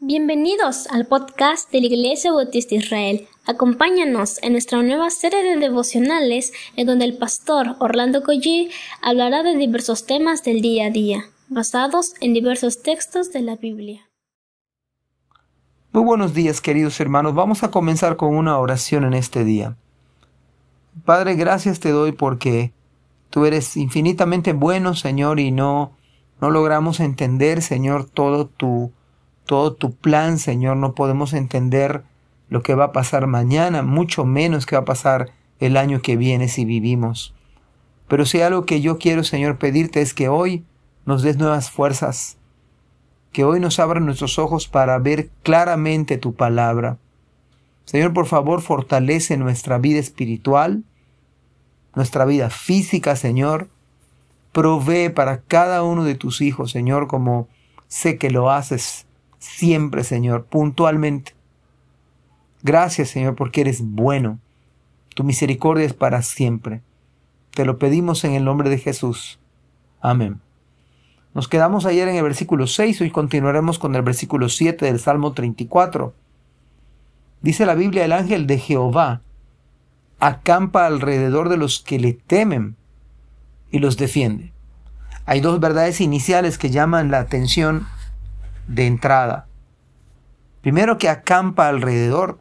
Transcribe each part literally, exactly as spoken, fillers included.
Bienvenidos al podcast de la Iglesia Bautista Israel. Acompáñanos en nuestra nueva serie de devocionales en donde el pastor Orlando Collie hablará de diversos temas del día a día, basados en diversos textos de la Biblia. Muy buenos días, queridos hermanos. Vamos a comenzar con una oración en este día. Padre, gracias te doy porque tú eres infinitamente bueno, Señor, y no, no logramos entender, Señor, todo tu Todo tu plan, Señor. No podemos entender lo que va a pasar mañana, mucho menos que va a pasar el año que viene si vivimos. Pero si algo que yo quiero, Señor, pedirte es que hoy nos des nuevas fuerzas, que hoy nos abran nuestros ojos para ver claramente tu palabra. Señor, por favor, fortalece nuestra vida espiritual, nuestra vida física, Señor. Provee para cada uno de tus hijos, Señor, como sé que lo haces siempre, Señor, puntualmente. Gracias, Señor, porque eres bueno. Tu misericordia es para siempre. Te lo pedimos en el nombre de Jesús. Amén. Nos quedamos ayer en el versículo seis, hoy continuaremos con el versículo siete del Salmo treinta y cuatro. Dice la Biblia: el ángel de Jehová acampa alrededor de los que le temen y los defiende. Hay dos verdades iniciales que llaman la atención de entrada. Primero, que acampa alrededor.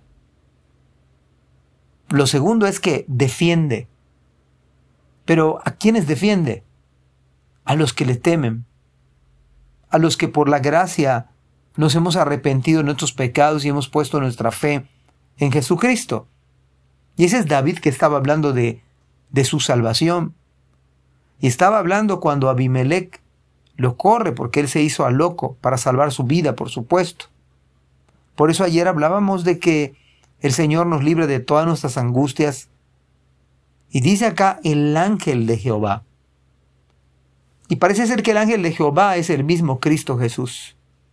Lo segundo es que defiende. Pero ¿a quiénes defiende? A los que le temen. A los que por la gracia nos hemos arrepentido de nuestros pecados y hemos puesto nuestra fe en Jesucristo. Y ese es David, que estaba hablando de, de su salvación. Y estaba hablando cuando Abimelech lo corre, porque él se hizo a loco para salvar su vida, por supuesto. Por eso ayer hablábamos de que el Señor nos libre de todas nuestras angustias. Y dice acá el ángel de Jehová. Y parece ser que el ángel de Jehová es el mismo Cristo Jesús.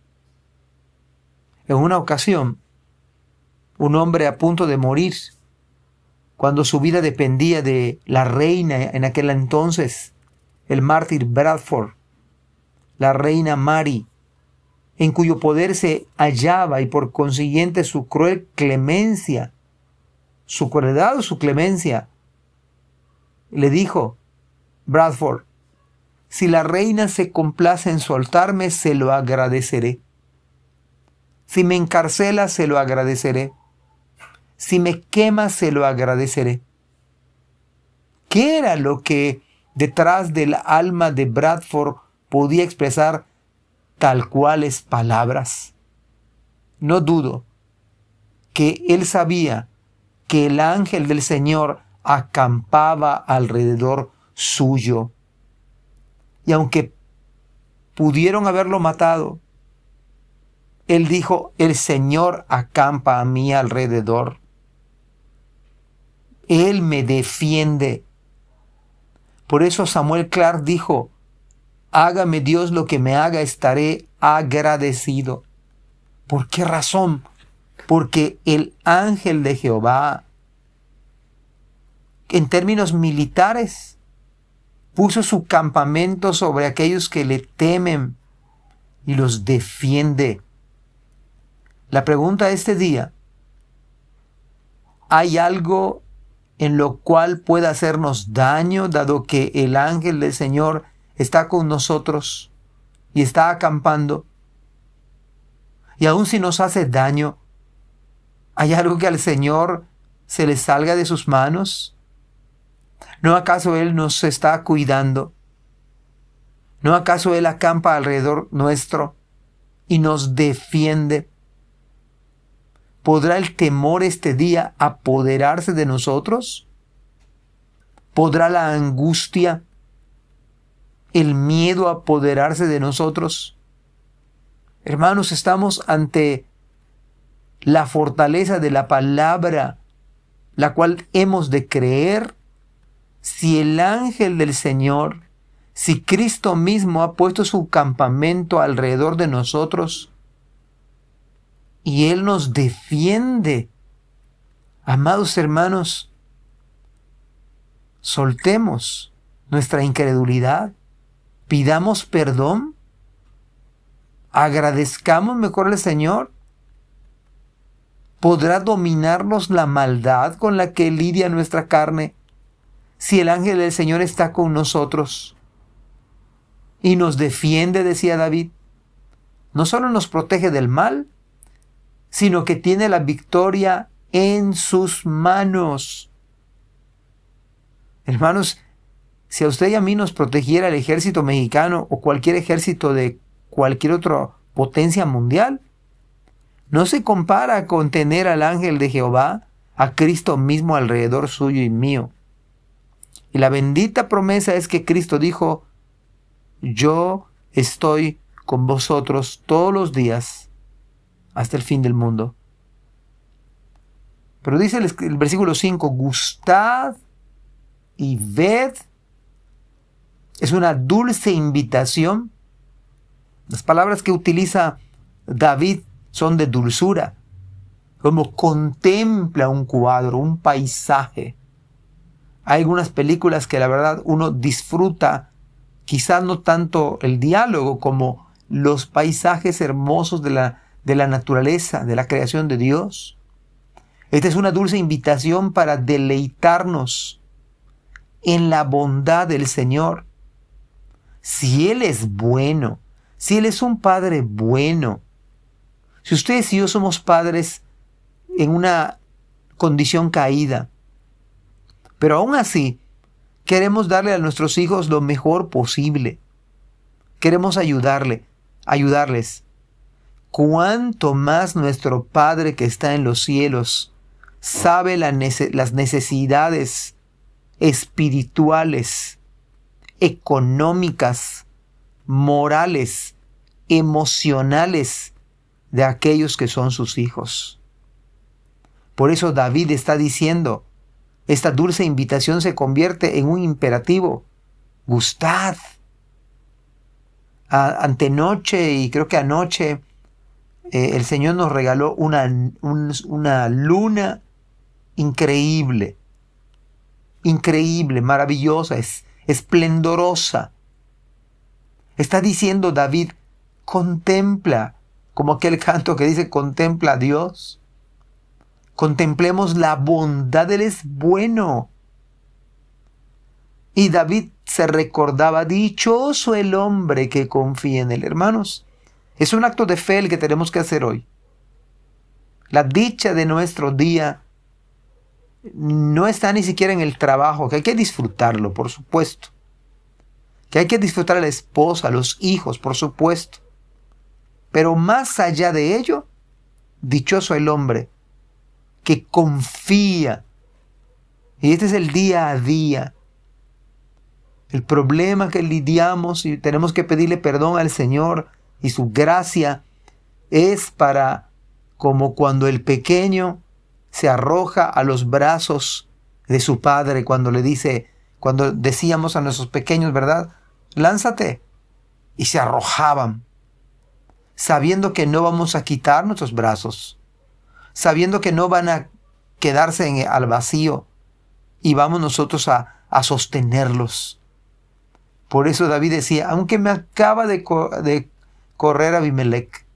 En una ocasión, un hombre a punto de morir, cuando su vida dependía de la reina en aquel entonces, el mártir Bradford, la reina Mary, en cuyo poder se hallaba, y por consiguiente su cruel clemencia, su crueldad o su clemencia, le dijo: Bradford, si la reina se complace en soltarme, se lo agradeceré. Si me encarcela, se lo agradeceré. Si me quema, se lo agradeceré. ¿Qué era lo que detrás del alma de Bradford podía expresar tal cuales palabras? No dudo que él sabía que el ángel del Señor acampaba alrededor suyo. Y aunque pudieron haberlo matado, él dijo: el Señor acampa a mí alrededor. Él me defiende. Por eso Samuel Clark dijo: hágame Dios lo que me haga, estaré agradecido. ¿Por qué razón? Porque el ángel de Jehová, en términos militares, puso su campamento sobre aquellos que le temen y los defiende. La pregunta de este día: ¿hay algo en lo cual pueda hacernos daño, dado que el ángel del Señor está con nosotros y está acampando? Y aun si nos hace daño, ¿hay algo que al Señor se le salga de sus manos? ¿No acaso Él nos está cuidando? ¿No acaso Él acampa alrededor nuestro y nos defiende? ¿Podrá el temor este día apoderarse de nosotros? ¿Podrá la angustia, el miedo apoderarse de nosotros? Hermanos, estamos ante la fortaleza de la palabra, la cual hemos de creer. Si el ángel del Señor, si Cristo mismo ha puesto su campamento alrededor de nosotros y Él nos defiende, amados hermanos, soltemos nuestra incredulidad, pidamos perdón, agradezcamos mejor al Señor ¿Podrá dominarnos la maldad con la que lidia nuestra carne si el ángel del Señor está con nosotros y nos defiende, decía David? No solo nos protege del mal, sino que tiene la victoria en sus manos. Hermanos, si a usted y a mí nos protegiera el ejército mexicano o cualquier ejército de cualquier otra potencia mundial, no se compara con tener al ángel de Jehová, a Cristo mismo alrededor suyo y mío. Y la bendita promesa es que Cristo dijo: yo estoy con vosotros todos los días hasta el fin del mundo. Pero dice el, el versículo cinco, gustad y ved. Es una dulce invitación. Las palabras que utiliza David son de dulzura, como contempla un cuadro, un paisaje. Hay algunas películas que la verdad uno disfruta, quizás no tanto el diálogo como los paisajes hermosos de la, de la naturaleza, de la creación de Dios. Esta es una dulce invitación para deleitarnos en la bondad del Señor. Si Él es bueno, si Él es un Padre bueno, si ustedes y yo somos padres en una condición caída, pero aún así queremos darle a nuestros hijos lo mejor posible, queremos ayudarle, ayudarles, cuánto más nuestro Padre que está en los cielos sabe la nece- las necesidades espirituales, económicas, morales, emocionales de aquellos que son sus hijos. Por eso David está diciendo, esta dulce invitación se convierte en un imperativo. Gustad. A, antenoche y creo que anoche eh, el Señor nos regaló una, un, una luna increíble, increíble, maravillosa, es, esplendorosa. Está diciendo David, contempla, como aquel canto que dice, contempla a Dios. Contemplemos la bondad, Él es bueno. Y David se recordaba, dichoso el hombre que confía en Él. Hermanos, es un acto de fe el que tenemos que hacer hoy. La dicha de nuestro día no está ni siquiera en el trabajo, que hay que disfrutarlo, por supuesto. Que hay que disfrutar a la esposa, a los hijos, por supuesto. Pero más allá de ello, dichoso el hombre que confía. Y este es el día a día. El problema que lidiamos y tenemos que pedirle perdón al Señor y su gracia es para, como cuando el pequeño se arroja a los brazos de su padre, cuando le dice, cuando decíamos a nuestros pequeños, ¿verdad? Lánzate. Y se arrojaban, sabiendo que no vamos a quitar nuestros brazos, sabiendo que no van a quedarse en, al vacío, y vamos nosotros a, a sostenerlos. Por eso David decía, aunque me acaba de, co de correr Abimelech,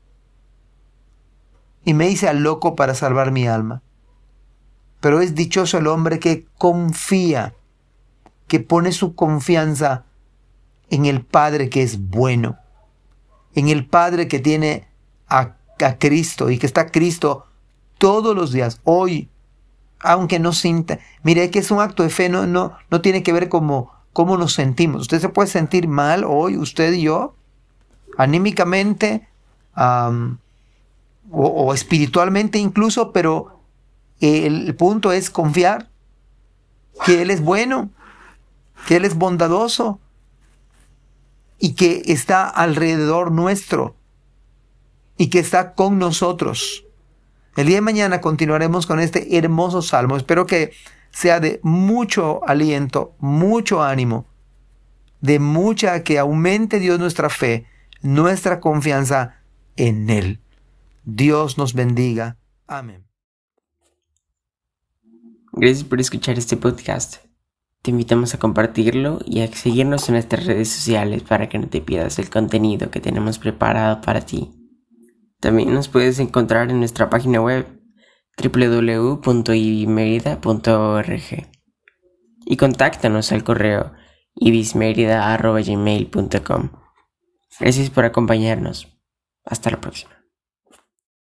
y me hice al loco para salvar mi alma, pero es dichoso el hombre que confía, que pone su confianza en el Padre que es bueno, en el Padre que tiene a, a Cristo y que está Cristo todos los días, hoy, aunque no sienta. Mire, que es un acto de fe, no, no, no tiene que ver como cómo nos sentimos. Usted se puede sentir mal hoy, usted y yo, anímicamente um, o, o espiritualmente incluso, pero el, el punto es confiar que Él es bueno, que Él es bondadoso y que está alrededor nuestro y que está con nosotros. El día de mañana continuaremos con este hermoso salmo. Espero que sea de mucho aliento, mucho ánimo, de mucha, que aumente Dios nuestra fe, nuestra confianza en Él. Dios nos bendiga. Amén. Gracias por escuchar este podcast. Te invitamos a compartirlo y a seguirnos en nuestras redes sociales para que no te pierdas el contenido que tenemos preparado para ti. También nos puedes encontrar en nuestra página web w w w punto ibismerida punto org y contáctanos al correo ibismerida arroba gmail punto com. Gracias por acompañarnos. Hasta la próxima.